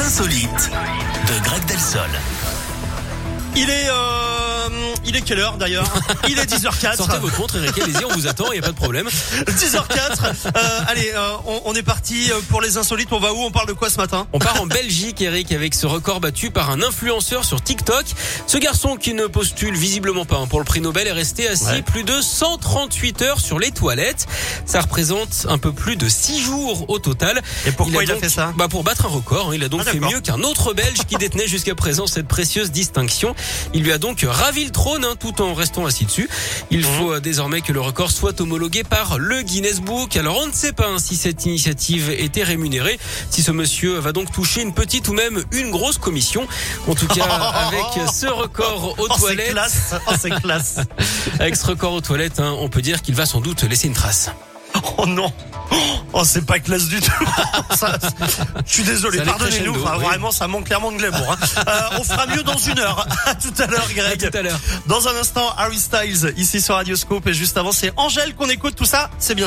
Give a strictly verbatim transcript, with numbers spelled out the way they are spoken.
insolites de Greg Delsol. Il est, euh, il est quelle heure d'ailleurs? Il est dix heures quatre. Sortez votre montre, Eric, allez-y, on vous attend, il n'y a pas de problème. dix heures quatre. Euh, allez, euh, on, on est parti pour les insolites. On va où? On parle de quoi ce matin? On part en Belgique, Eric, avec ce record battu par un influenceur sur TikTok. Ce garçon qui ne postule visiblement pas pour le prix Nobel est resté assis ouais. plus de cent trente-huit heures sur les toilettes. Ça représente un peu plus de six jours au total. Et pourquoi il a, il a donc, fait ça? Bah pour battre un record. Il a donc ah, fait mieux qu'un autre Belge qui détenait jusqu'à présent cette précieuse distinction. Il lui a donc ravi le trône hein, tout en restant assis dessus. Il mmh. faut euh, désormais que le record soit homologué par le Guinness Book. Alors on ne sait pas hein, si cette initiative était rémunérée, si ce monsieur va donc toucher une petite ou même une grosse commission. En tout cas, avec ce record aux oh, toilettes, c'est classe. Oh, c'est classe. Avec ce record aux toilettes, hein, on peut dire qu'il va sans doute laisser une trace. Oh non. Oh, c'est pas classe du tout. Ça, je suis désolé, pardonnez-nous. Enfin, oui. Vraiment, ça manque clairement de glamour. Hein. Euh, on fera mieux dans une heure. À tout à l'heure, Greg. À tout à l'heure. Dans un instant, Harry Styles, ici sur Radioscope. Et juste avant, c'est Angèle qu'on écoute. Tout ça, c'est bien.